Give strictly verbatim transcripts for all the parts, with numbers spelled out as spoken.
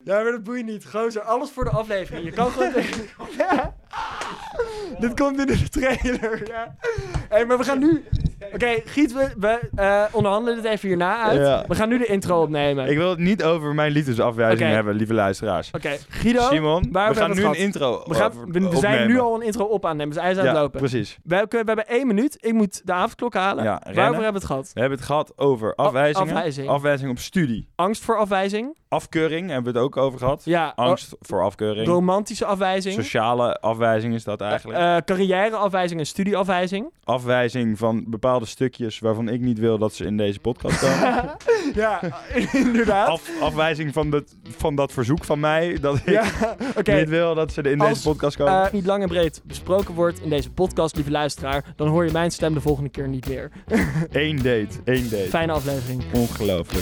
Ja, maar dat boeit niet. Gozer, alles voor de aflevering. Je kan gewoon tegen... Ja. Dit komt in de trailer, ja. Hey, maar we gaan nu... Oké, okay, Giet, we, we uh, onderhandelen dit even hierna uit. Ja. We gaan nu de intro opnemen. Ik wil het niet over mijn liefdesafwijzing okay. hebben, lieve luisteraars. Oké, okay. Guido, Simon, waar we gaan nu gehad? een intro We, gaan, we, we zijn nu al een intro op aan nemen, dus hij is aan ja, het lopen. Precies. We, we hebben één minuut. Ik moet de avondklok halen. Ja, Waarover hebben we het gehad? We hebben het gehad over afwijzingen. Afwijzing. Afwijzing op studie. Angst voor afwijzing. Afkeuring hebben we het ook over gehad. Ja. Angst voor afkeuring. Romantische afwijzing. Sociale afwijzing is dat eigenlijk. Uh, uh, carrièreafwijzing en studieafwijzing. Afwijzing van bepaalde stukjes waarvan ik niet wil dat ze in deze podcast komen. Ja, inderdaad. Af, afwijzing van, de, van dat verzoek van mij dat ik ja, okay. niet wil dat ze in Als, deze podcast komen. Uh, niet lang en breed besproken wordt in deze podcast, lieve luisteraar, dan hoor je mijn stem de volgende keer niet meer. Eén date, één date. Fijne aflevering. Ongelooflijk.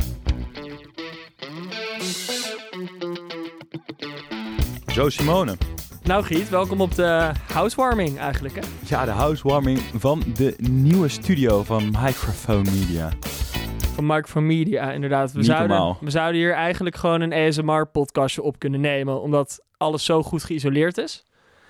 Zo, Simone. Nou Giet, welkom op de housewarming eigenlijk, hè? Ja, de housewarming van de nieuwe studio van Microphone Media. Van Microphone Media, inderdaad. We Niet zouden, normaal. we zouden hier eigenlijk gewoon een A S M R-podcastje op kunnen nemen, omdat alles zo goed geïsoleerd is.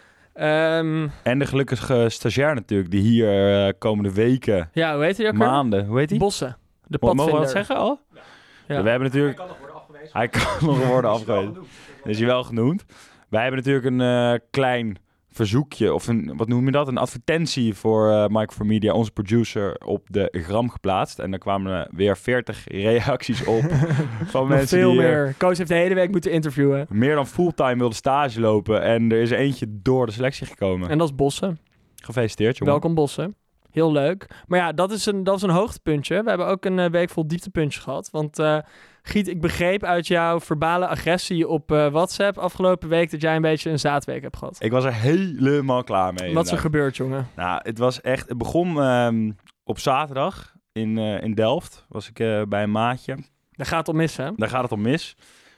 Um, en de gelukkige stagiair natuurlijk, die hier uh, komende weken, ja, hoe heet hij ook maanden, hoe heet hij? Bossen, de padvinder. Mogen we dat zeggen al? Ja. Ja. Ja, we hebben natuurlijk... Hij kan nog worden afgewezen. Hij kan nog worden afgewezen. Is hij wel genoemd. Wij hebben natuurlijk een uh, klein verzoekje, of een, wat noem je dat? Een advertentie voor uh, Microphone Media, onze producer, op de gram geplaatst. En daar kwamen er weer veertig reacties op van mensen veel die... meer. Koos heeft de hele week moeten interviewen. Meer dan fulltime wilde stage lopen. En er is er eentje door de selectie gekomen. En dat is Bossen. Gefeliciteerd, jongen. Welkom, Bossen. Heel leuk. Maar ja, dat is een, dat is een hoogtepuntje. We hebben ook een uh, week vol dieptepuntjes gehad. Want uh, Giet, ik begreep uit jouw verbale agressie op uh, WhatsApp afgelopen week dat jij een beetje een zaadweek hebt gehad. Ik was er helemaal klaar mee. Wat is er gebeurd, jongen? Nou, het was echt... Het begon um, op zaterdag in, uh, in Delft. Was ik uh, bij een maatje. Daar gaat het om mis, hè? Daar gaat het om mis.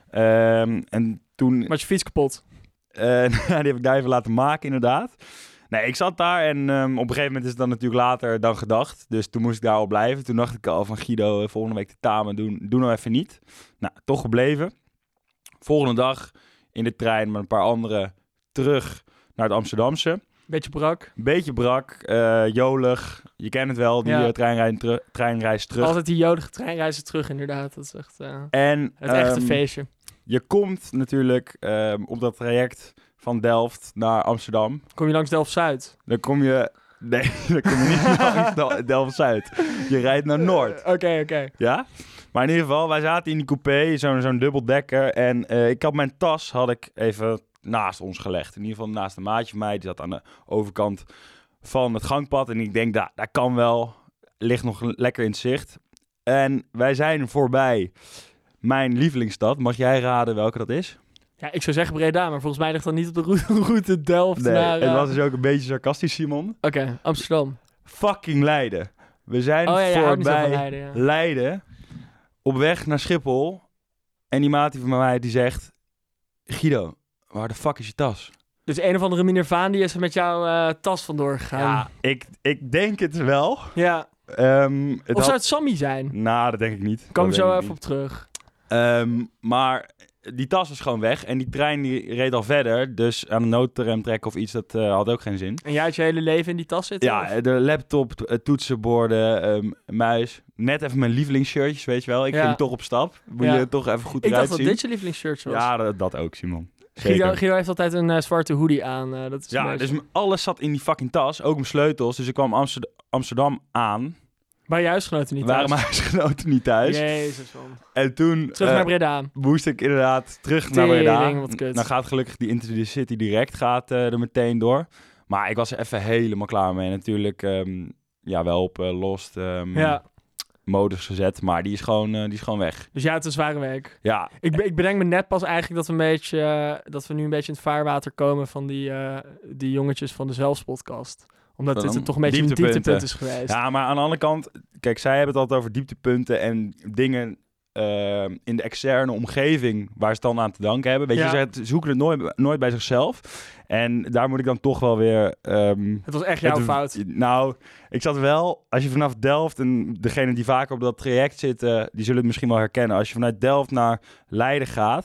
Um, en toen... Was je fiets kapot? Uh, die heb ik daar even laten maken, inderdaad. Nee, ik zat daar en um, op een gegeven moment is het dan natuurlijk later dan gedacht. Dus toen moest ik daar al blijven. Toen dacht ik al van Guido, volgende week de tamen doen. Doe nou even niet. Nou, toch gebleven. Volgende dag in de trein met een paar anderen terug naar het Amsterdamse. Beetje brak. Beetje brak, uh, jolig. Je kent het wel, die ja. uh, treinreis, teru- treinreis terug. Altijd die jolige treinreizen terug, inderdaad. Dat is echt uh, en, het echte um, feestje. Je komt natuurlijk um, op dat traject van Delft naar Amsterdam. Kom je langs Delft-Zuid? Dan kom je... Nee, dan kom je niet langs Delft-Zuid. Je rijdt naar Noord. Oké, uh, oké. Okay, okay. Ja? Maar in ieder geval, wij zaten in die coupé, zo'n, zo'n dubbeldekker. En uh, ik had mijn tas had ik even naast ons gelegd. In ieder geval naast een maatje van mij. Die zat aan de overkant van het gangpad. En ik denk, daar, daar kan wel. Ligt nog lekker in het zicht. En wij zijn voorbij mijn lievelingsstad. Mag jij raden welke dat is? Ja, ik zou zeggen Breda, maar volgens mij ligt dat niet op de route, route Delft nee, naar... Uh... het was dus ook een beetje sarcastisch, Simon. Oké, okay, Amsterdam. Fucking Leiden. We zijn oh, ja, ja, voorbij Leiden, ja. Leiden, op weg naar Schiphol. En die maat die van mij, die zegt... Guido, waar de fuck is je tas? Dus een of andere meneer Vaan, die is er met jouw uh, tas vandoor gegaan. Ja, ik, ik denk het wel. Ja. Um, het of had... zou het Sammy zijn? Nou, dat denk ik niet. Kom zo even niet. op terug. Um, maar... Die tas was gewoon weg en die trein die reed al verder. Dus aan de noodrem trekken of iets, dat uh, had ook geen zin. En jij had je hele leven in die tas zitten? Ja, of? De laptop, to- toetsenborden, um, muis. Net even mijn lievelingsshirtjes, weet je wel. Ik ja. ging toch op stap. Moet ja. je toch even goed ik eruit zien. Ik dacht dat dit je lievelingsshirt was. Ja, dat, dat ook, Simon. Guido, Guido heeft altijd een uh, zwarte hoodie aan. Uh, dat is ja, dus alles zat in die fucking tas. Ook mijn sleutels. Dus ik kwam Amsterdam, Amsterdam aan. Waren je huisgenoten niet thuis? Waren mijn huisgenoten niet thuis. Jezus, man. En toen... Terug uh, naar Breda. Moest ik inderdaad terug Tering, naar Breda. Wat kut. Dan gaat gelukkig die Intercity direct gaat, uh, er meteen door. Maar ik was er even helemaal klaar mee. Natuurlijk um, ja, wel op uh, Lost um, ja. modus gezet. Maar die is gewoon, uh, die is gewoon weg. Dus ja, het is een zware week. Ja. Ik, ik bedenk me net pas eigenlijk dat we, een beetje, uh, dat we nu een beetje in het vaarwater komen van die, uh, die jongetjes van de Zelfspodcast. Omdat dit toch een beetje een dieptepunt is geweest. Ja, maar aan de andere kant... Kijk, zij hebben het altijd over dieptepunten en dingen uh, in de externe omgeving waar ze het dan aan te danken hebben. Weet ja. je, ze zoeken het nooit, nooit bij zichzelf. En daar moet ik dan toch wel weer... Um, het was echt jouw het, fout. Nou, ik zat wel... Als je vanaf Delft, en degene die vaker op dat traject zitten, die zullen het misschien wel herkennen. Als je vanuit Delft naar Leiden gaat,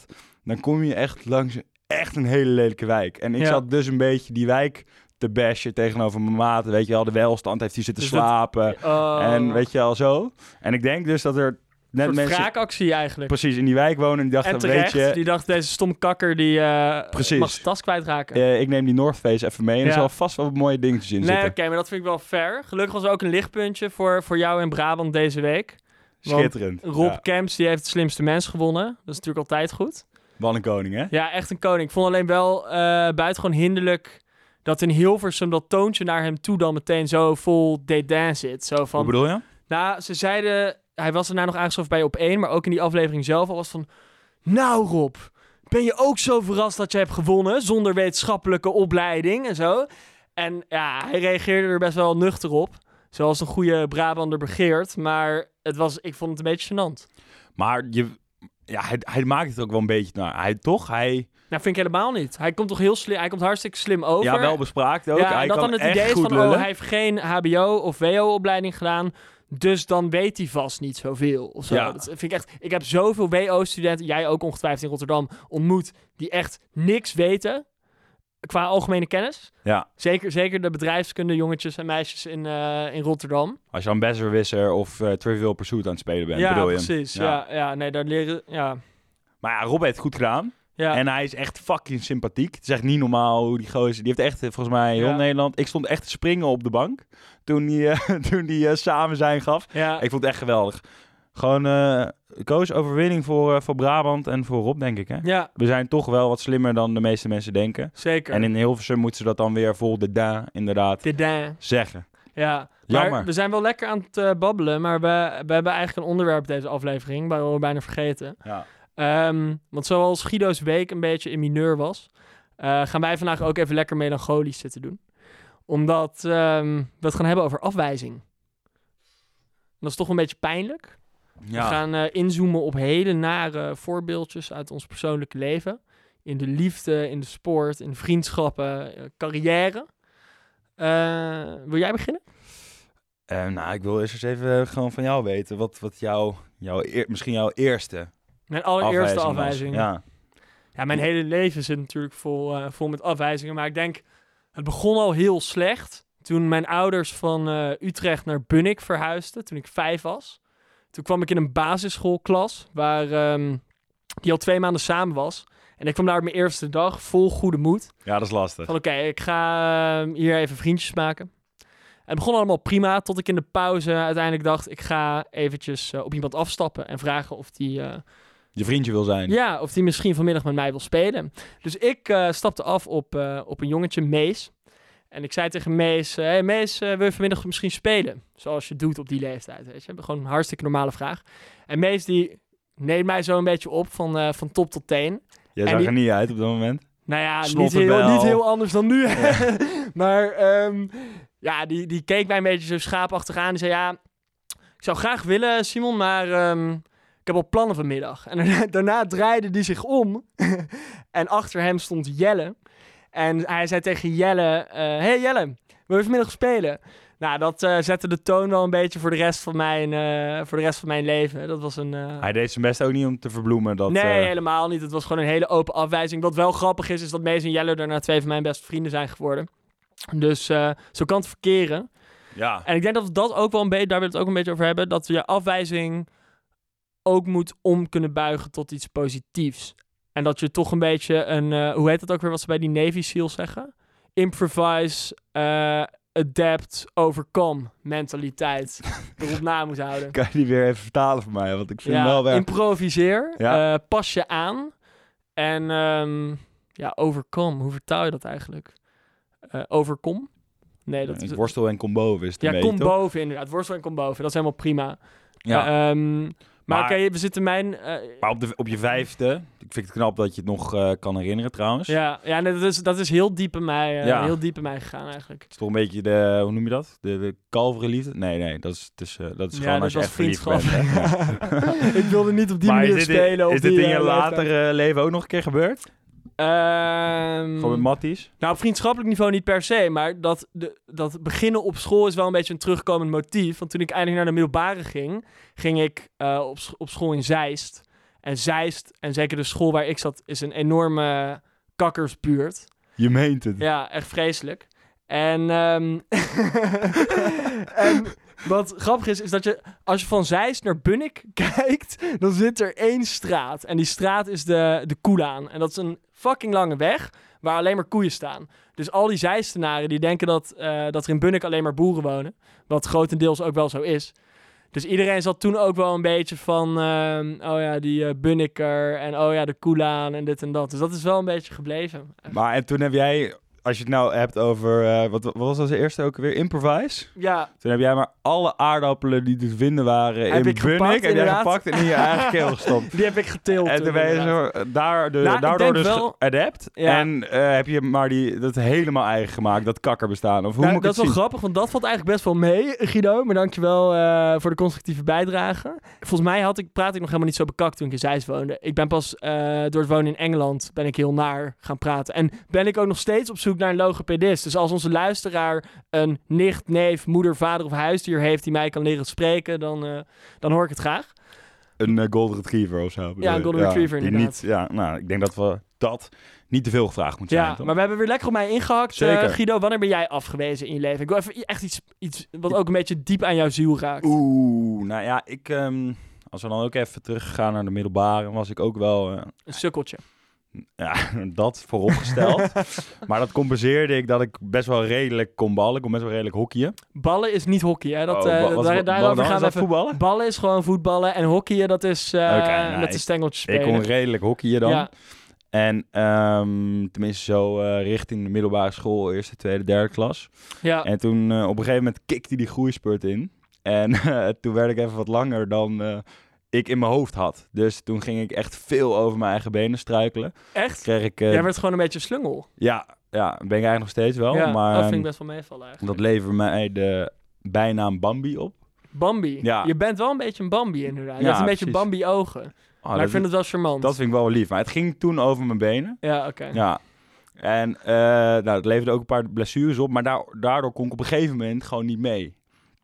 dan kom je echt langs echt een hele lelijke wijk. En ik Ja. zat dus een beetje die wijk te bashen tegenover mijn maat. Weet je wel, de welstand heeft hier zitten Dus dat- slapen. Oh. En weet je wel, zo. En ik denk dus dat er net een soort mensen wraakactie eigenlijk. precies in die wijk wonen. En die dachten, En terecht, weet je, die dacht, deze stomme kakker die eh, Precies. mag zijn tas kwijtraken. eh, ik neem die North Face even mee. En er Ja. zal vast wel wat mooie dingetjes in Nee, oké, zitten. maar dat vind ik wel fair. Gelukkig was er ook een lichtpuntje voor, voor jou in Brabant deze week. Want Schitterend. Rob Ja. Kemps, die heeft de slimste mens gewonnen. Dat is natuurlijk altijd goed. Wat een koning, hè? Ja, echt een koning. Ik vond alleen wel uh, buitengewoon hinderlijk dat in Hilversum dat toontje naar hem toe dan meteen zo vol dédain zit. Zo Hoe van, bedoel je? nou, ze zeiden, hij was daarna nog aangeschoven bij Op één, maar ook in die aflevering zelf al was van, nou Rob, ben je ook zo verrast dat je hebt gewonnen zonder wetenschappelijke opleiding en zo? En ja, hij reageerde er best wel nuchter op, zoals een goede Brabander begeert, maar het was, ik vond het een beetje gênant. Maar je, ja, hij, hij maakt het ook wel een beetje naar. Hij toch, hij... Nou, vind ik helemaal niet. Hij komt toch heel slim, hij komt hartstikke slim over. Ja, wel bespraakt ook. Ja, hij en dat kan dan het echt idee is goed van, lullen. oh, hij heeft geen H B O of W O-opleiding gedaan, dus dan weet hij vast niet zoveel. Of zo. Ja. Dat vind ik echt. Ik heb zoveel W O-studenten, jij ook ongetwijfeld in Rotterdam, ontmoet, die echt niks weten qua algemene kennis. Ja, Zeker, zeker de bedrijfskunde jongetjes en meisjes in, uh, in Rotterdam. als je aan Besserwisser of uh, Trivial Pursuit aan het spelen bent, ja, bedoel je? precies. Ja. Ja. Ja, ja, nee, daar leren. Ja, Maar ja, Rob heeft het goed gedaan. ja. En hij is echt fucking sympathiek. Het is echt niet normaal hoe die gozer... Die heeft echt, eh, volgens mij, heel Ja. Nederland... Ik stond echt te springen op de bank toen die, uh, toen die uh, samen zijn gaf. ja. Ik vond het echt geweldig. Gewoon, uh, koos overwinning voor, uh, voor Brabant en voor Rob, denk ik. Hè? ja, We zijn toch wel wat slimmer dan de meeste mensen denken. zeker. En in Hilversum moeten ze dat dan weer vol de da, inderdaad, Dédain. zeggen. Ja, maar Jammer. we zijn wel lekker aan het uh, babbelen, maar we, we hebben eigenlijk een onderwerp deze aflevering, waar we bijna vergeten. Ja. Um, want zoals Guido's week een beetje in mineur was, uh, gaan wij vandaag ook even lekker melancholisch zitten doen. Omdat um, we het gaan hebben over afwijzing. Dat is toch een beetje pijnlijk. Ja. We gaan uh, inzoomen op hele nare voorbeeldjes uit ons persoonlijke leven. In de liefde, in de sport, in vriendschappen, uh, carrière. Uh, wil jij beginnen? Uh, nou, ik wil eerst eens even uh, gewoon van jou weten. Wat, wat jouw, jouw eer, misschien jouw eerste Mijn allereerste afwijzing was. afwijzing. Ja. Ja, mijn hele leven zit natuurlijk vol, uh, vol met afwijzingen. Maar ik denk, het begon al heel slecht. Toen mijn ouders van uh, Utrecht naar Bunnik verhuisden, toen ik vijf was. Toen kwam ik in een basisschoolklas, waar um, die al twee maanden samen was. En ik kwam daar op mijn eerste dag vol goede moed. ja, dat is lastig. Van oké, okay, ik ga uh, hier even vriendjes maken. En het begon allemaal prima, tot ik in de pauze uiteindelijk dacht, ik ga eventjes uh, op iemand afstappen en vragen of die... Uh, je vriendje wil zijn. Ja, of die misschien vanmiddag met mij wil spelen. Dus ik uh, stapte af op, uh, op een jongetje, Mees. En ik zei tegen Mees, hé uh, hey Mees, uh, wil je vanmiddag misschien spelen? Zoals je doet op die leeftijd, weet je. Gewoon een hartstikke normale vraag. En Mees die neemt mij zo een beetje op van, uh, van top tot teen. Jij zag die... er niet uit op dat moment. Nou ja, niet heel, niet heel anders dan nu. Ja. maar um, ja, die, die keek mij een beetje zo schaapachtig aan. Die zei, ja, ik zou graag willen, Simon, maar um, ik heb al plannen vanmiddag. En daarna, daarna draaide die zich om. En achter hem stond Jelle. En hij zei tegen Jelle, uh, hey Jelle, wil je vanmiddag spelen? Nou, dat uh, zette de toon wel een beetje voor de rest van mijn, uh, voor de rest van mijn leven. Dat was een... Uh... Hij deed zijn best ook niet om te verbloemen. Dat, nee, uh... helemaal niet. Het was gewoon een hele open afwijzing. Wat wel grappig is, is dat Mees en Jelle daarna twee van mijn beste vrienden zijn geworden. Dus uh, zo kan het verkeren. Ja. En ik denk dat we dat ook wel een beetje, daar wil ik het ook een beetje over hebben, dat je afwijzing ook moet om kunnen buigen tot iets positiefs. En dat je toch een beetje een, uh, hoe heet dat ook weer wat ze bij die Navy SEALs zeggen? Improvise, uh, adapt, overcome mentaliteit erop na moet houden. Kan je die weer even vertalen voor mij? Want ik vind ja, hem wel weer... improviseer, ja. uh, pas je aan en um, ja, overcome. Hoe vertaal je dat eigenlijk? Uh, overkom? Nee, dat ja, is... Worstel en kom boven is het Ja, een kom beetje, toch? boven inderdaad. Worstel en kom boven. Dat is helemaal prima. Ja. Uh, um, maar Maar- oké, okay, we zitten mijn... Uh, Maar op, de, op je vijfde, ik vind het knap dat je het nog uh, kan herinneren trouwens. ja, ja nee, dat, is, dat is heel diep in mij, uh, Ja. heel diep in mij gegaan eigenlijk. Het is toch een beetje de, hoe noem je dat? De, de kalvere liefde? Nee, nee, dat is, het is, uh, dat is Ja, gewoon dat als je was echt verliefd vriendschap. bent. Hè? Ja. Ik wilde niet op die Maar manier is dit, spelen. is op dit die, in je uh, latere leven ook nog een keer gebeurd? Um, Gewoon met matties? Nou, op vriendschappelijk niveau niet per se, maar dat, de, dat beginnen op school is wel een beetje een terugkomend motief. Want toen ik eindelijk naar de middelbare ging, ging ik uh, op, op school in Zeist. En Zeist, en zeker de school waar ik zat, is een enorme kakkersbuurt. Je meent het. Ja, echt vreselijk. En, um, en wat grappig is, is dat je, als je van Zeist naar Bunnik kijkt, dan zit er één straat. En die straat is de, de Koelaan. En dat is een fucking lange weg waar alleen maar koeien staan. Dus al die Zeistenaren die denken dat, uh, dat er in Bunnik alleen maar boeren wonen. Wat grotendeels ook wel zo is. Dus iedereen zat toen ook wel een beetje van, uh, oh ja, die uh, Bunniker en oh ja, de Koelaan en dit en dat. Dus dat is wel een beetje gebleven. Maar en toen heb jij, als je het nou hebt over, uh, wat, wat was als eerste ook weer? Improvise? Ja. Toen heb jij maar alle aardappelen die te vinden waren heb in ik Bunnik, gepakt, heb jij inderdaad. gepakt en in je eigen keel gestopt. Die heb ik geteeld. En toen ben je zo, daar, de, nou, daardoor dus wel, adept. Ja. En uh, heb je maar die, dat helemaal eigen gemaakt, dat kakkerbestaan. Of hoe nou, moet ik dat is het wel zien? grappig, want dat valt eigenlijk best wel mee, Guido. Maar dankjewel uh, voor de constructieve bijdrage. Volgens mij had ik, praat ik nog helemaal niet zo bekakt toen ik in Zeist woonde. Ik ben pas uh, door het wonen in Engeland ben ik heel naar gaan praten. En ben ik ook nog steeds op zoek naar een logopedist. Dus als onze luisteraar een nicht, neef, moeder, vader of huisdier heeft die mij kan leren spreken, dan, uh, dan hoor ik het graag. Een uh, golden retriever of zo. Ja, een golden ja, retriever die inderdaad. Niet, ja, nou, ik denk dat we dat niet te veel gevraagd moet zijn. Ja, toch? maar we hebben weer lekker op mij ingehakt. Zeker. Uh, Guido, wanneer ben jij afgewezen in je leven? Ik wil even echt iets, iets wat ook een beetje diep aan jouw ziel raakt. Oeh, nou ja, ik... Um, als we dan ook even teruggaan naar de middelbare, was ik ook wel... Uh, een sukkeltje. Ja, dat vooropgesteld. Maar dat compenseerde ik dat ik best wel redelijk kon ballen. Ik kon best wel redelijk hockeyen. Ballen is niet hockey, hè? Dat, oh, uh, ba- daar, wat, daarover dan? gaan Is we dat even... voetballen? Ballen is gewoon voetballen en hockeyen, dat is uh, okay, nou, met de stengeltjes spelen. Ik kon redelijk hockeyen dan. Ja. En um, tenminste zo uh, richting de middelbare school, eerste, tweede, derde klas. Ja. En toen uh, op een gegeven moment kikte die groeispurt in. En uh, toen werd ik even wat langer dan... Uh, ik in mijn hoofd had. Dus toen ging ik echt veel over mijn eigen benen struikelen. Echt? Kreeg ik, uh, Jij werd gewoon een beetje slungel. Ja, ja, ben ik eigenlijk nog steeds wel. Ja, maar, dat vind ik um, best wel meevallen eigenlijk. Dat leverde mij de bijnaam Bambi op. Bambi? Ja. Je bent wel een beetje een Bambi inderdaad. Je Ja, hebt een beetje precies. Bambi-ogen. Oh, maar ik vind het wel charmant. Dat vind ik wel lief. Maar het ging toen over mijn benen. Ja, oké. Okay. Ja. En uh, nou, het leverde ook een paar blessures op. Maar da- daardoor kon ik op een gegeven moment gewoon niet mee.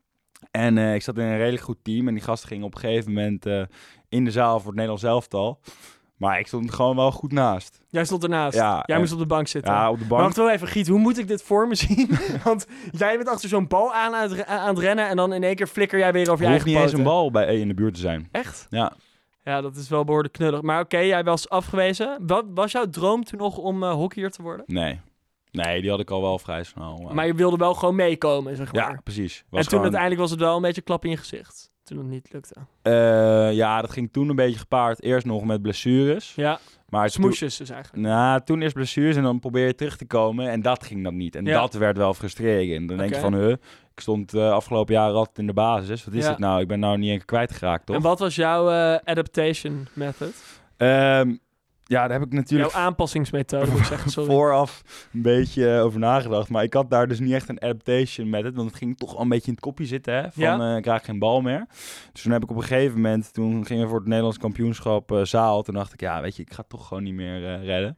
En uh, ik zat in een redelijk goed team. En die gasten gingen op een gegeven moment uh, in de zaal voor het Nederlands elftal. Maar ik stond er gewoon wel goed naast. Jij stond ernaast? Ja, jij en, moest op de bank zitten? Ja, op de bank. Maar wacht wel even, Giet, hoe moet ik dit voor me zien? Want jij bent achter zo'n bal aan, aan, het, aan het rennen en dan in één keer flikker jij weer over je eigen niet poten. eens een bal bij in de buurt te zijn. Echt? Ja. Ja, dat is wel behoorlijk knullig. Maar oké, okay, jij was afgewezen. Wat was jouw droom toen nog om uh, hockeyer te worden? Nee. Nee, die had ik al wel vrij snel. Maar, maar je wilde wel gewoon meekomen, zeg maar. Ja, precies. Was en toen gewoon... uiteindelijk was het wel een beetje klap in je gezicht. Toen het niet lukte. Uh, ja, dat ging toen een beetje gepaard. Eerst nog met blessures. Ja, maar smoesjes dus eigenlijk. Nou, toen eerst blessures en dan probeer je terug te komen. En dat ging dan niet. En ja. dat werd wel frustrerend. Dan denk okay. je van, huh, ik stond uh, afgelopen jaar altijd in de basis. Wat is ja. het nou? Ik ben nou niet één keer kwijtgeraakt, toch? En wat was jouw uh, adaptation method? Um, Ja, daar heb ik natuurlijk... Jouw aanpassingsmethode, moet ik zeggen, sorry. Vooraf een beetje over nagedacht. Maar ik had daar dus niet echt een adaptation met het. Want het ging toch al een beetje in het kopje zitten, hè. Van, ja. uh, ik krijg geen bal meer. Dus toen heb ik op een gegeven moment... Toen gingen we voor het Nederlands kampioenschap uh, zaal. Toen dacht ik, ja, weet je, ik ga het toch gewoon niet meer uh, redden.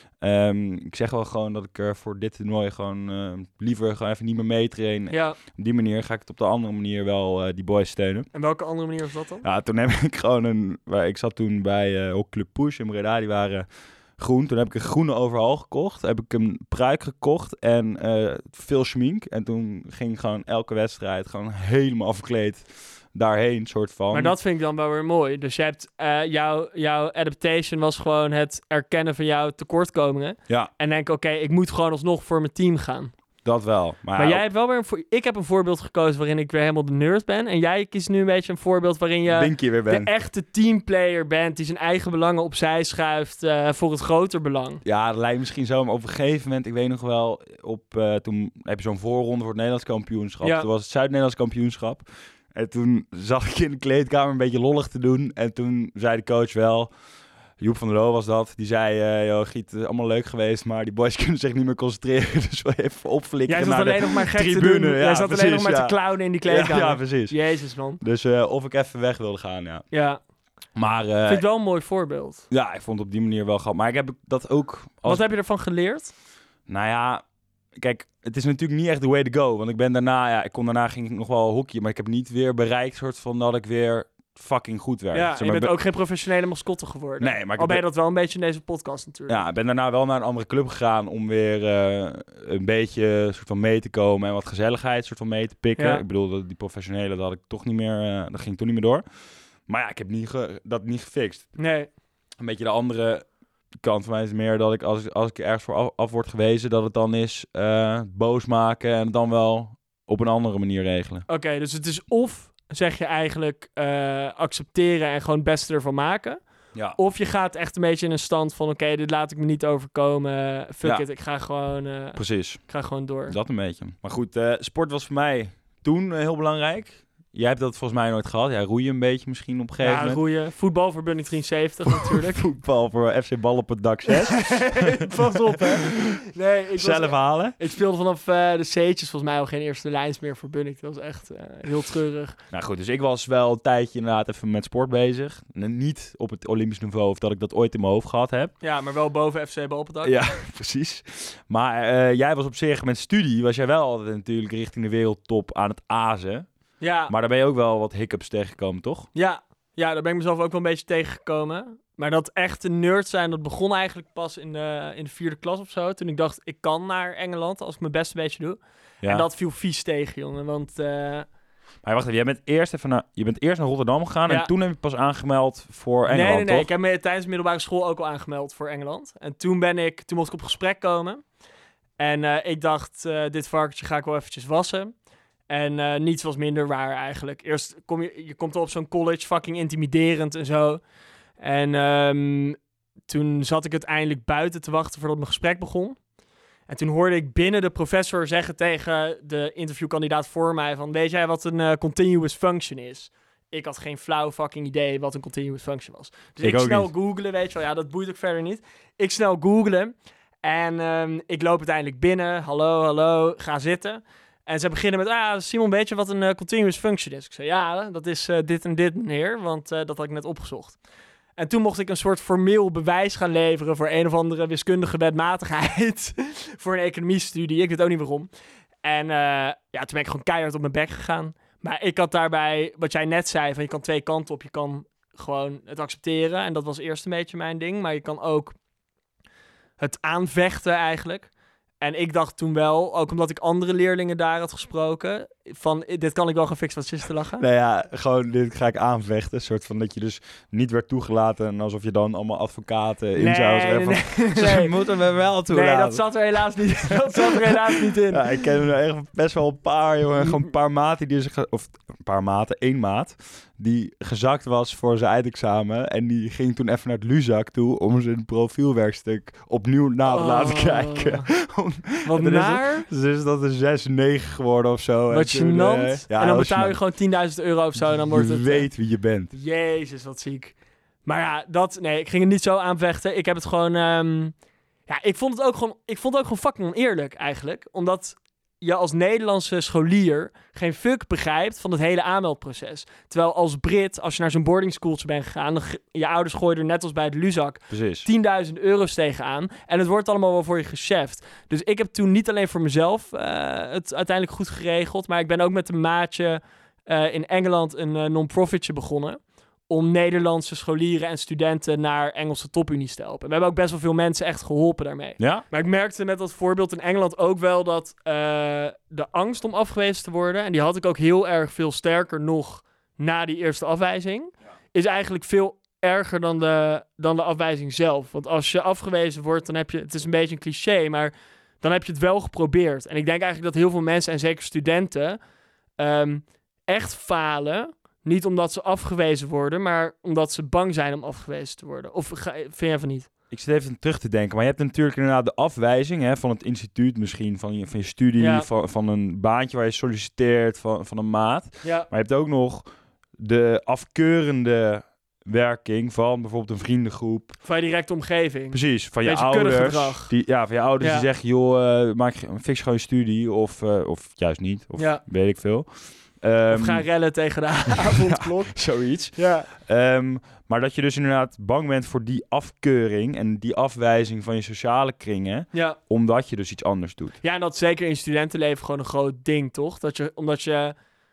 Um, ik zeg wel gewoon dat ik er uh, voor dit toernooi gewoon uh, liever gewoon even niet meer meetrain. Ja. Op die manier ga ik het op de andere manier wel uh, die boys steunen. En welke andere manier was dat dan? Ja, toen heb ik gewoon een... Ik zat toen bij uh, Hockeyclub Push in Breda, die waren groen. Toen heb ik een groene overal gekocht. Heb ik een pruik gekocht en uh, veel schmink. En toen ging gewoon elke wedstrijd gewoon helemaal verkleed daarheen, soort van. Maar dat vind ik dan wel weer mooi. Dus je hebt, uh, jouw, jouw adaptation was gewoon het erkennen van jouw tekortkomingen. Ja. En denken, oké, okay, ik moet gewoon alsnog voor mijn team gaan. Dat wel. Maar, maar jij hebt wel weer een voor... Ik heb een voorbeeld gekozen waarin ik weer helemaal de nerd ben. En jij kiest nu een beetje een voorbeeld waarin je weer ben. de echte teamplayer bent. Die zijn eigen belangen opzij schuift uh, voor het groter belang. Ja, dat lijkt misschien zo. Maar op een gegeven moment, ik weet nog wel, op, uh, toen heb je zo'n voorronde voor het Nederlands kampioenschap. Ja. Toen was het Zuid-Nederlands kampioenschap. En toen zat ik in de kleedkamer een beetje lollig te doen. En toen zei de coach wel... Joep van der Loo was dat. Die zei, uh, joh, Giet, het is allemaal leuk geweest, maar die boys kunnen zich niet meer concentreren. Dus we even opflikken. Jij zat alleen nog maar gek tribune. te doen. Ja, Jij zat precies, alleen nog maar ja. te clownen in die kleedkamer. Ja, ja, precies. Jezus, man. Dus uh, of ik even weg wilde gaan, ja. Ja. Maar... Uh, ik vind het wel een mooi voorbeeld. Ja, ik vond het op die manier wel grappig. Maar ik heb dat ook... Als... Wat heb je ervan geleerd? Nou ja, kijk, het is natuurlijk niet echt the way to go. Want ik ben daarna, ja, ik kon daarna ging ik nog wel hockey, maar ik heb niet weer bereikt soort van dat ik weer fucking goed werkt. Ja, Zeg je maar, bent be- ook geen professionele mascotte geworden. Nee, maar ik Al ben je ben- dat wel een beetje in deze podcast natuurlijk. Ja, ik ben daarna wel naar een andere club gegaan om weer eh, een beetje soort van mee te komen en wat gezelligheid soort van mee te pikken. Ja. Ik bedoel, dat die professionele, dat had ik toch niet meer, eh, dat ging toen niet meer door. Maar ja, ik heb niet ge- dat niet gefixt. Nee. Een beetje de andere kant van mij is meer dat ik als, als ik ergens voor af, af word gewezen, dat het dan is eh, boos maken en het dan wel op een andere manier regelen. Oké, dus het is of, zeg je eigenlijk, eh, accepteren en gewoon het beste ervan maken. Ja. Of je gaat echt een beetje in een stand van, oké, dit laat ik me niet overkomen. Fuck Ja. it, ik ga gewoon, eh, Precies, ik ga gewoon door. dat een beetje. Maar goed, eh, sport was voor mij toen eh, heel belangrijk. Jij hebt dat volgens mij nooit gehad. Jij roeien een beetje misschien op een gegeven Ja, moment. roeien. Voetbal voor Bunnik drieënzeventig natuurlijk. Voetbal voor F C Bal op het dak zes. Pas op, hè. Nee, ik, was, Zelf halen. ik speelde vanaf eh, de C'tjes volgens mij al geen eerste lijns meer voor Bunnik. Dat was echt eh, heel treurig. Nou goed, dus ik was wel een tijdje inderdaad even met sport bezig. En niet op het Olympisch niveau of dat ik dat ooit in mijn hoofd gehad heb. Ja, maar wel boven F C Bal op het dak. Ja, precies. Maar eh, jij was op zich met studie, was jij wel altijd natuurlijk richting de wereldtop aan het azen. Ja. Maar daar ben je ook wel wat hiccups tegengekomen, toch? Ja, ja, daar ben ik mezelf ook wel een beetje tegengekomen. Maar dat echte nerd zijn, dat begon eigenlijk pas in de, in de vierde klas of zo. Toen ik dacht, ik kan naar Engeland als ik mijn best een beetje doe. Ja. En dat viel vies tegen, jongen. Want eh, Maar wacht even, jij bent eerst even naar, je bent eerst naar Rotterdam gegaan Ja. en toen heb je pas aangemeld voor Engeland, nee, nee, nee. toch? Ik heb me tijdens de middelbare school ook al aangemeld voor Engeland. En toen ben ik, toen mocht ik op gesprek komen. En eh, ik dacht, eh, dit varkentje ga ik wel eventjes wassen. En eh, niets was minder waar eigenlijk. Eerst kom je, je komt op zo'n college, fucking intimiderend en zo. En ehm, toen zat ik uiteindelijk buiten te wachten voordat mijn gesprek begon. En toen hoorde ik binnen de professor zeggen tegen de interviewkandidaat voor mij van, weet jij wat een eh, continuous function is? Ik had geen flauw fucking idee wat een continuous function was. Dus Ik ik, ook snel niet. googlen, weet je wel. Ja, dat boeit ook verder niet. Ik snel googlen. En ehm, ik loop uiteindelijk binnen. Hallo, hallo, ga zitten. En ze beginnen met, ah, Simon, weet je wat een uh, continuous function is? Ik zei, ja, dat is uh, dit en dit, meneer, want uh, dat had ik net opgezocht. En toen mocht ik een soort formeel bewijs gaan leveren voor een of andere wiskundige wetmatigheid voor een economiestudie. Ik weet ook niet waarom. En uh, ja, toen ben ik gewoon keihard op mijn bek gegaan. Maar ik had daarbij, wat jij net zei, van je kan twee kanten op. Je kan gewoon het accepteren en dat was eerst een beetje mijn ding. Maar je kan ook het aanvechten eigenlijk. En ik dacht toen wel, ook omdat ik andere leerlingen daar had gesproken, van dit kan ik wel gaan fixen, wat zit je te lachen? Nou ja, gewoon dit ga ik aanvechten. Een soort van dat je dus niet werd toegelaten en alsof je dan allemaal advocaten in nee, zou nee, zeggen. nee, Van, nee. Ze moeten me wel toelaten. Nee, dat zat er helaas niet, dat zat er helaas niet in. Ja, ik ken er echt best wel een paar, jongen. Gewoon een paar maten die zich, of een paar maten, één maat, die gezakt was voor zijn eindexamen. En die ging toen even naar het Luzak toe om zijn profielwerkstuk opnieuw na te laten Oh. kijken. Om- Wat En er is naar, Dus is dat een zes negen geworden of zo. wat En toen, gênant. eh, ja, en dan heel betaal je gênant. gewoon tienduizend euro of zo en dan wordt je het... eh, weet wie je bent. Jezus, wat ziek. Maar ja, dat... Nee, ik ging het niet zo aanvechten. Ik heb het gewoon... ehm, ja, ik vond het ook gewoon... Ik vond het ook gewoon fucking oneerlijk eigenlijk. Omdat je als Nederlandse scholier geen fuck begrijpt van het hele aanmeldproces. Terwijl als Brit, als je naar zo'n boarding schooltje bent gegaan, dan g- je ouders gooien er net als bij het Luzak Precies. tienduizend euro's tegenaan. En het wordt allemaal wel voor je gecheft. Dus ik heb toen niet alleen voor mezelf uh, het uiteindelijk goed geregeld, maar ik ben ook met een maatje uh, in Engeland een uh, non-profitje begonnen om Nederlandse scholieren en studenten naar Engelse topunies te helpen. We hebben ook best wel veel mensen echt geholpen daarmee. Ja? Maar ik merkte met dat voorbeeld in Engeland ook wel dat uh, de angst om afgewezen te worden, en die had ik ook heel erg veel sterker nog na die eerste afwijzing, ja. is eigenlijk veel erger dan de, dan de afwijzing zelf. Want als je afgewezen wordt, dan heb je... Het is een beetje een cliché, maar dan heb je het wel geprobeerd. En ik denk eigenlijk dat heel veel mensen, en zeker studenten, um, echt falen. Niet omdat ze afgewezen worden, maar omdat ze bang zijn om afgewezen te worden. Of ga, vind jij van niet? Ik zit even terug te denken. Maar je hebt natuurlijk inderdaad de afwijzing, hè, van het instituut misschien, van je, van je studie, Ja. van, van een baantje waar je solliciteert, van, van een maat. Ja. Maar je hebt ook nog de afkeurende werking van bijvoorbeeld een vriendengroep. Van je directe omgeving. Precies, van je Beetje ouders. kuddegedrag. Die, ja, van je ouders Ja. die zeggen, joh, uh, maak fix gewoon je studie. Of, uh, of juist niet. Of Ja. weet ik veel. Um, Of gaan rellen tegen de avondklok. Ja, zoiets. Ja. Um, maar dat je dus inderdaad bang bent voor die afkeuring en die afwijzing van je sociale kringen, Ja. omdat je dus iets anders doet. Ja, en dat is zeker in studentenleven gewoon een groot ding, toch? Dat je, omdat je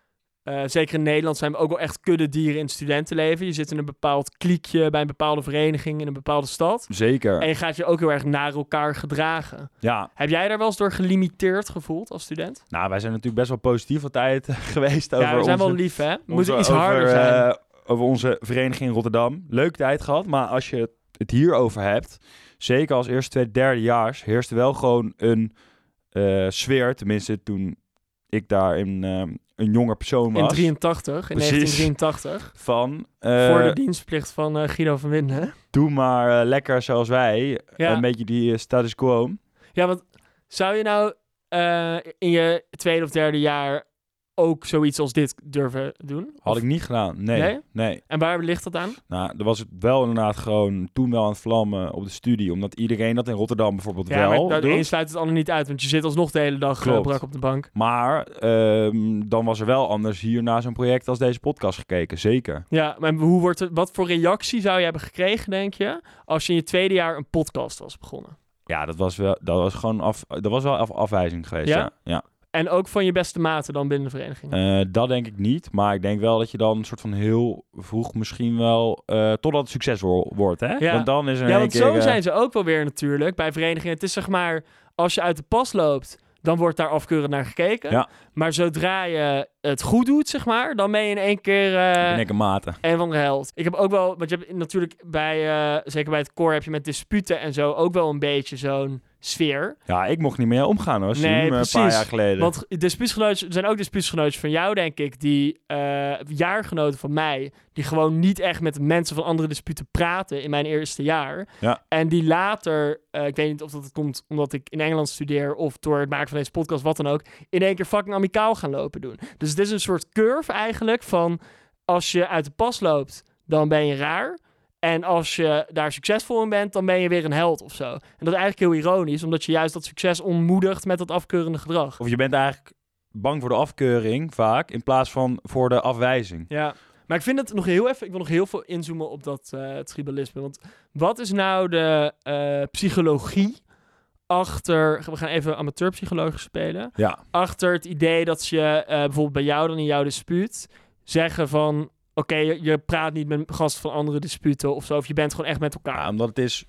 Uh, zeker in Nederland zijn we ook wel echt kuddedieren in het studentenleven. Je zit in een bepaald kliekje bij een bepaalde vereniging in een bepaalde stad. Zeker. En je gaat je ook heel erg naar elkaar gedragen. Ja. Heb jij daar wel eens door gelimiteerd gevoeld als student? Nou, wij zijn natuurlijk best wel positief altijd geweest over Ja, we zijn onze, wel lief, hè? We onze, moeten iets over, harder zijn. Uh, over onze vereniging in Rotterdam. Leuke tijd gehad, maar als je het hierover hebt, zeker als eerste, tweede, derdejaars, heerste wel gewoon een uh, sfeer, tenminste toen ik daar in, uh, een jonger persoon was. In drieëntachtig, in Precies. negentien drieëntachtig. Van, uh, voor de dienstplicht van uh, Guido van Winden. Doe maar uh, lekker zoals wij. Ja. Een beetje die uh, status quo. Ja, want zou je nou uh, in je tweede of derde jaar ook zoiets als dit durven doen? Had of? ik niet gedaan. Nee, nee. nee. En waar ligt dat aan? Nou, er was het wel inderdaad gewoon toen wel aan het vlammen op de studie. Omdat iedereen dat in Rotterdam bijvoorbeeld ja, wel maar doet. een sluit het ander niet uit. Want je zit alsnog de hele dag uh, brak op de bank. Maar um, dan was er wel anders hier naar zo'n project als deze podcast gekeken. Zeker. Ja, maar hoe wordt het, wat voor reactie zou je hebben gekregen, denk je, als je in je tweede jaar een podcast was begonnen? Ja, dat was wel, dat was gewoon af, dat was wel af, afwijzing geweest. Ja? Ja? Ja. En ook van je beste maten dan binnen de vereniging? Uh, dat denk ik niet. Maar ik denk wel dat je dan een soort van heel vroeg misschien wel... Uh, totdat het succes wo- wordt, hè? Ja. Want dan is er ja, een want keer... zo uh, zijn ze ook wel weer natuurlijk bij verenigingen. Het is zeg maar, als je uit de pas loopt, dan wordt daar afkeurend naar gekeken. Ja. Maar zodra je het goed doet, zeg maar, dan ben je in één keer... Uh, ben ik een mate. Een van de held. Ik heb ook wel, want je hebt natuurlijk bij, uh, zeker bij het koor heb je met disputen en zo ook wel een beetje zo'n sfeer. Ja, ik mocht niet meer omgaan hoor, Siem, nee, een precies. paar jaar geleden. Want dispuutsgenootjes, er zijn ook dispuutsgenootjes van jou, denk ik, die uh, jaargenoten van mij, die gewoon niet echt met mensen van andere disputen praten in mijn eerste jaar. Ja. En die later, uh, ik weet niet of dat komt omdat ik in Engeland studeer of door het maken van deze podcast, wat dan ook, in één keer fucking amicaal gaan lopen doen. Dus het is een soort curve eigenlijk van als je uit de pas loopt, dan ben je raar. En als je daar succesvol in bent, dan ben je weer een held of zo. En dat is eigenlijk heel ironisch, omdat je juist dat succes ontmoedigt met dat afkeurende gedrag. Of je bent eigenlijk bang voor de afkeuring vaak, in plaats van voor de afwijzing. Ja, maar ik vind het nog heel even, ik wil nog heel veel inzoomen op dat uh, tribalisme. Want wat is nou de uh, psychologie achter, we gaan even amateurpsychologisch spelen, Ja. achter het idee dat je uh, bijvoorbeeld bij jou dan in jouw dispuut zeggen van, oké, okay, je, je praat niet met gasten van andere disputen of zo, of je bent gewoon echt met elkaar. Ja, omdat het is,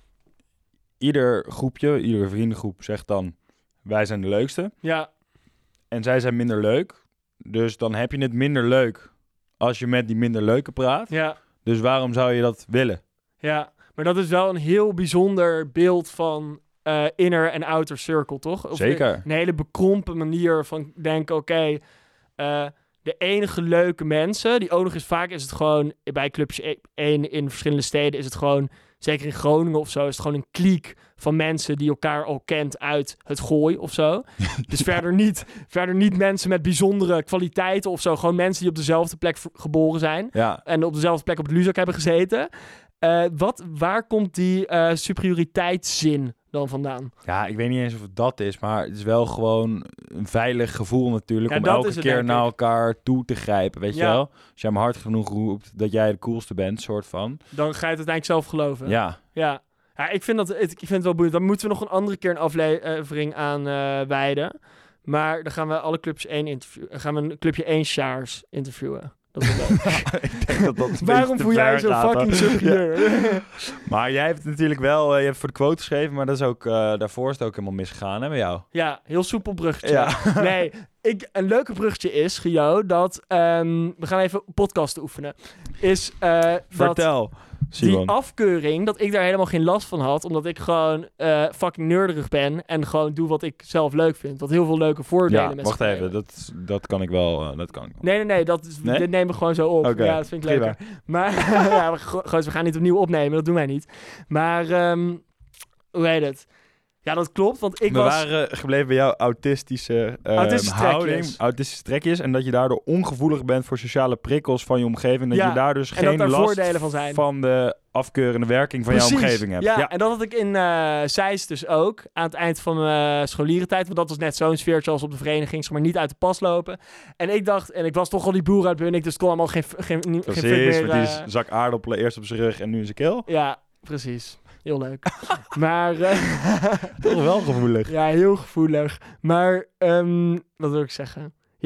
ieder groepje, iedere vriendengroep zegt dan, wij zijn de leukste. Ja. En zij zijn minder leuk. Dus dan heb je het minder leuk als je met die minder leuke praat. Ja. Dus waarom zou je dat willen? Ja, maar dat is wel een heel bijzonder beeld van uh, inner en outer circle, toch? Of Zeker. Een, een hele bekrompen manier van denken, oké, okay, uh, de enige leuke mensen, die ook nog eens vaak is het gewoon, bij clubje één in verschillende steden is het gewoon, zeker in Groningen of zo, is het gewoon een kliek van mensen die elkaar al kent uit het gooi of zo. Dus ja. verder, niet, verder niet mensen met bijzondere kwaliteiten of zo. Gewoon mensen die op dezelfde plek geboren zijn. Ja. En op dezelfde plek op het Luzak hebben gezeten. Uh, wat, waar komt die uh, superioriteitszin dan vandaan? Ja, ik weet niet eens of het dat is, maar het is wel gewoon een veilig gevoel natuurlijk, ja, om elke het, keer naar elkaar toe te grijpen, weet ja. je wel? Als jij maar hard genoeg roept dat jij de coolste bent, soort van. Dan ga je het uiteindelijk zelf geloven. Ja. Ja. Ja, ik vind, dat, ik vind het wel boeiend. Dan moeten we nog een andere keer een aflevering aan uh, wijden. Maar dan gaan we alle clubjes één interviewen. Dan gaan we een clubje één Sjaars interviewen. Dat is leuk. Ik denk dat dat Waarom voel jij zo fucking superieur? Ja. Maar jij hebt natuurlijk wel, uh, je hebt voor de quote geschreven, maar dat is ook, uh, daarvoor is het ook helemaal misgegaan, hè, bij jou? Ja, heel soepel bruggetje. Ja. Nee, ik, een leuke bruggetje is, Gio, dat, um, we gaan even podcasten oefenen, is uh, Vertel. dat Simon. Die afkeuring, dat ik daar helemaal geen last van had, omdat ik gewoon uh, fucking nerderig ben en gewoon doe wat ik zelf leuk vind. Wat heel veel leuke voordelen ja, met wacht even, dat, dat kan ik wel. Uh, dat kan ik wel. Nee, nee, nee, dat is, nee? dit nemen we gewoon zo op. Okay. Ja, dat vind ik leuker. Maar ja, we, goos, we gaan niet opnieuw opnemen, dat doen wij niet. Maar, um, hoe heet het? Ja, dat klopt, want ik we was... We waren gebleven bij jouw autistische, uh, autistische houding, trekjes. autistische trekjes. En dat je daardoor ongevoelig bent voor sociale prikkels van je omgeving. Dat ja, je daar dus en geen dat last voordelen van, zijn. van de afkeurende werking van Precies, jouw omgeving hebt. Ja, ja, en dat had ik in uh, Zeist dus ook. Aan het eind van mijn uh, scholierentijd. Want dat was net zo'n sfeertje als op de vereniging. Zeg maar niet uit de pas lopen. En ik dacht, en ik was toch al die boer uit Bunnik. Dus het kon allemaal geen, geen, geen, precies, geen fuck meer. Met die uh, zak aardappelen eerst op zijn rug en nu in zijn keel. Ja, precies. Heel leuk. Maar... Uh, toch wel gevoelig. Ja, heel gevoelig. Maar, um, wat wil ik zeggen? Ja,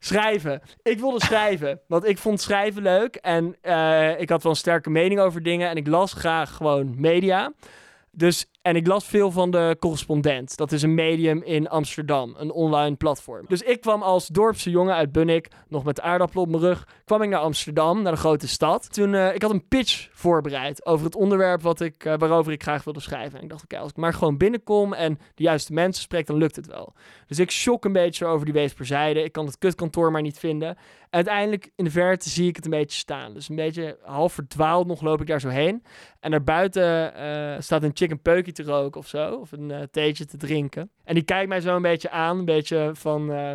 Schrijven. Ik wilde schrijven, want ik vond schrijven leuk. En uh, ik had wel een sterke mening over dingen. En ik las graag gewoon media. Dus, en ik las veel van de Correspondent. Dat is een medium in Amsterdam, een online platform. Dus ik kwam als dorpse jongen uit Bunnik, nog met aardappelen op mijn rug, kwam ik naar Amsterdam, naar de grote stad. Toen, uh, ik had een pitch voorbereid over het onderwerp wat ik, uh, waarover ik graag wilde schrijven. En ik dacht, oké, okay, als ik maar gewoon binnenkom en de juiste mensen spreek, dan lukt het wel. Dus ik shock een beetje over die Weesperzijde. Ik kan het kutkantoor maar niet vinden. En uiteindelijk in de verte zie ik het een beetje staan. Dus een beetje half verdwaald nog loop ik daar zo heen. En daarbuiten uh, staat een chicken peukie te roken of zo. Of een uh, theetje te drinken. En die kijkt mij zo een beetje aan. Een beetje van, uh,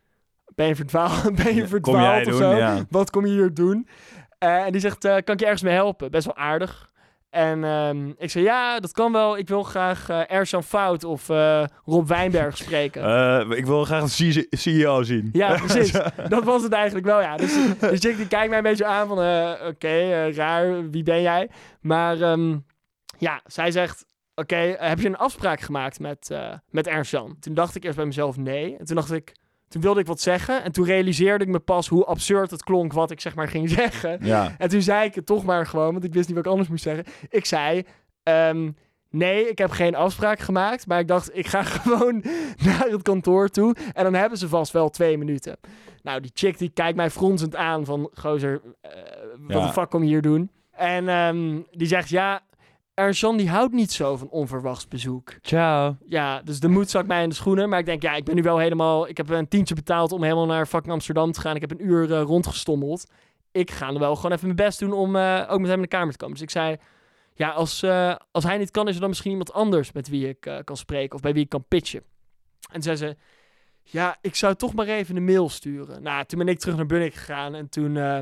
ben je verdwaald, ben je verdwaald of doen, zo? Ja. Wat kom je hier doen? Uh, en die zegt, uh, kan ik je ergens mee helpen? Best wel aardig. En um, ik zei, ja, dat kan wel. Ik wil graag uh, Ercan Fout of uh, Rob Wijnberg spreken. Uh, ik wil graag een C E O zien. Ja, precies. Dat was het eigenlijk wel, ja. Dus, dus Jack die kijkt mij een beetje aan van, uh, oké, okay, uh, raar, wie ben jij? Maar um, ja, zij zegt, oké, okay, uh, heb je een afspraak gemaakt met, uh, met Ercan? Toen dacht ik eerst bij mezelf nee. En toen dacht ik, toen wilde ik wat zeggen. En toen realiseerde ik me pas hoe absurd het klonk wat ik zeg maar ging zeggen. Ja. En toen zei ik het toch maar gewoon, want ik wist niet wat ik anders moest zeggen. Ik zei, um, nee, ik heb geen afspraak gemaakt. Maar ik dacht, ik ga gewoon naar het kantoor toe. En dan hebben ze vast wel twee minuten. Nou, die chick die kijkt mij fronsend aan van, gozer, uh, wat Ja. de fuck kom je hier doen? En um, die zegt, ja, Ercan die houdt niet zo van onverwachts bezoek. Ciao. Ja, dus de moed zak mij in de schoenen. Maar ik denk, ja, ik ben nu wel helemaal... Ik heb een tientje betaald om helemaal naar fucking Amsterdam te gaan. Ik heb een uur uh, rondgestommeld. Ik ga er wel gewoon even mijn best doen om uh, ook met hem in de kamer te komen. Dus ik zei, ja, als, uh, als hij niet kan, is er dan misschien iemand anders met wie ik uh, kan spreken. Of bij wie ik kan pitchen. En zei ze, ja, ik zou toch maar even een mail sturen. Nou, toen ben ik terug naar Bunnik gegaan. En toen... Uh,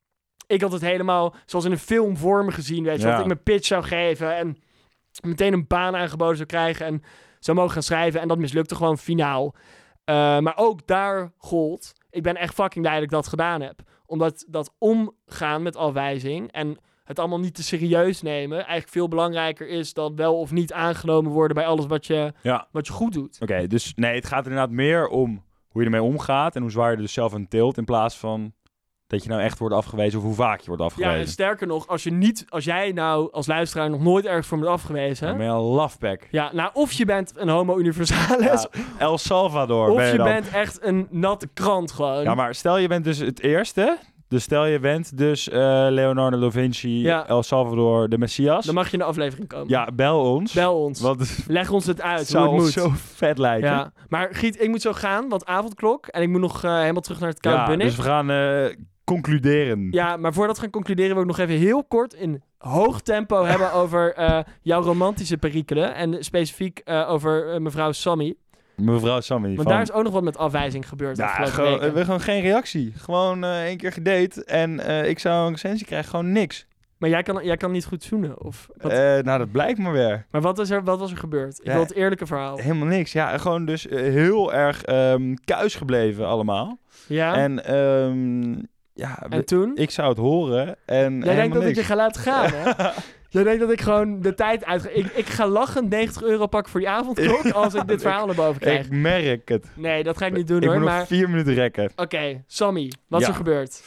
ik had het helemaal zoals in een film voor me gezien, weet je. Ja. Dat ik mijn pitch zou geven en meteen een baan aangeboden zou krijgen en zou mogen gaan schrijven. En dat mislukte gewoon finaal. Uh, maar ook daar gold, ik ben echt fucking blij dat ik dat gedaan heb. Omdat dat omgaan met afwijzing en het allemaal niet te serieus nemen eigenlijk veel belangrijker is dan wel of niet aangenomen worden bij alles wat je, Ja. wat je goed doet. Oké, okay, dus nee, het gaat inderdaad meer om hoe je ermee omgaat en hoe zwaar je er dus zelf aan tilt in plaats van dat je nou echt wordt afgewezen of hoe vaak je wordt afgewezen. Ja, en sterker nog, als je niet, als jij nou als luisteraar nog nooit ergens voor bent afgewezen. Dan ben je een lafbek. Ja, nou of je bent een homo universalis. Ja, El Salvador of ben je, je dan. bent echt een natte krant gewoon. Ja, maar stel je bent dus het eerste. Dus stel je bent dus uh, Leonardo da Vinci, Ja. El Salvador, de Messias. Dan mag je in de aflevering komen. Ja, bel ons. Bel ons. Want Leg ons het uit het hoe zou het ons moet. zo vet lijken. Ja, maar Giet, ik moet zo gaan, want avondklok. En ik moet nog uh, helemaal terug naar het Koud Ja, Bunnik. dus we gaan uh, concluderen. Ja, maar voordat we gaan concluderen wil ik nog even heel kort in hoog tempo hebben over uh, jouw romantische perikelen. En specifiek uh, over uh, mevrouw Sammy. Mevrouw Sammy. Want van... daar is ook nog wat met afwijzing gebeurd. Ja, afgelopen gewoon, we weken. hebben gewoon geen reactie. Gewoon uh, één keer gedate en uh, ik zou een recensie krijgen. Gewoon niks. Maar jij kan, jij kan niet goed zoenen? Of wat? Uh, nou, dat blijkt maar weer. Maar wat, is er, wat was er gebeurd? Ik Ja. wil het eerlijke verhaal. Helemaal niks. Ja, gewoon dus uh, heel erg um, kuis gebleven allemaal. Ja? En, um, ja, En toen? ik zou het horen en Jij denkt dat niks. ik je ga laten gaan, hè? Jij denkt dat ik gewoon de tijd uit... Ik, ik ga lachend negentig euro pakken voor die avondklok Ja, als ik dit verhaal naar boven krijg. Ik merk het. Nee, dat ga ik niet doen, Ik hoor. moet nog Maar vier minuten rekken. oké, okay, Sammy, wat is Ja. er gebeurd?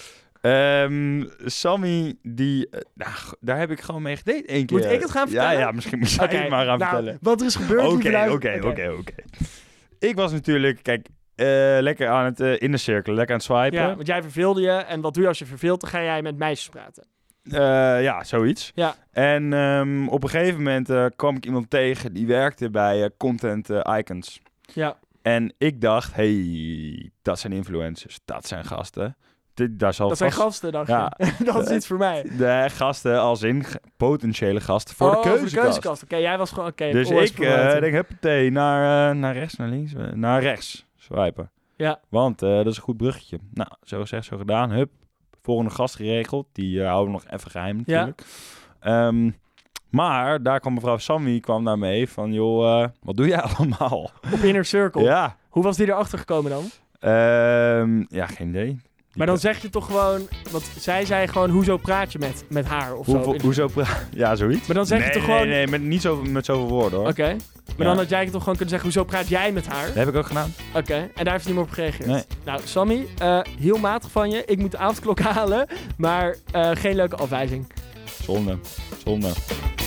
Um, Sammy, die... Uh, nou, daar heb ik gewoon mee gedate één keer. Moet ik het gaan vertellen? Ja, ja, misschien moet jij Oké, het maar gaan nou, vertellen. wat er is gebeurd... lieve Oké, luister- oké, oké, oké. Ik was natuurlijk, kijk, uh, lekker aan het uh, in de cirkel, lekker aan het swipen. Ja, want jij verveelde je. En wat doe je als je verveelt? Dan ga jij met meisjes praten. Uh, ja, zoiets. Ja. En um, op een gegeven moment uh, kwam ik iemand tegen die werkte bij uh, Content uh, Icons. Ja. En ik dacht, hey, dat zijn influencers, dat zijn gasten. Dit, daar zal Dat zijn vast... gasten, dacht Ja. je. Dat is iets voor mij. De gasten als in g- potentiële gasten voor oh, de voor keuzekast. de keuzekast. Oké, jij was gewoon... Oké, Dus always ik for uh, writing. denk, huppatee, naar, uh, naar rechts, naar links, uh, naar rechts swipen. Ja. Want uh, dat is een goed bruggetje. Nou, zo gezegd, zo gedaan. Hup, volgende gast geregeld. Die uh, houden we nog even geheim natuurlijk. Ja. Um, maar daar kwam mevrouw Sammy kwam daar mee van, joh, uh, wat doe jij allemaal? Op Inner Circle. Ja. Hoe was die erachter gekomen dan? Um, ja, geen idee. Maar dan zeg je toch gewoon... Want zij zei gewoon, hoezo praat je met, met haar of Hoe, zo? hoezo pra- Ja, zoiets. Maar dan zeg je nee, toch nee, gewoon... Nee, met, niet zo, met zoveel woorden hoor. Oké. Okay. Maar dan had jij toch gewoon kunnen zeggen, hoezo praat jij met haar? Dat heb ik ook gedaan. Oké, okay. En daar heeft hij niet meer op gereageerd. Nee. Nou, Sammy, uh, heel matig van je. Ik moet de avondklok halen, maar uh, geen leuke afwijzing. Zonde. Zonde.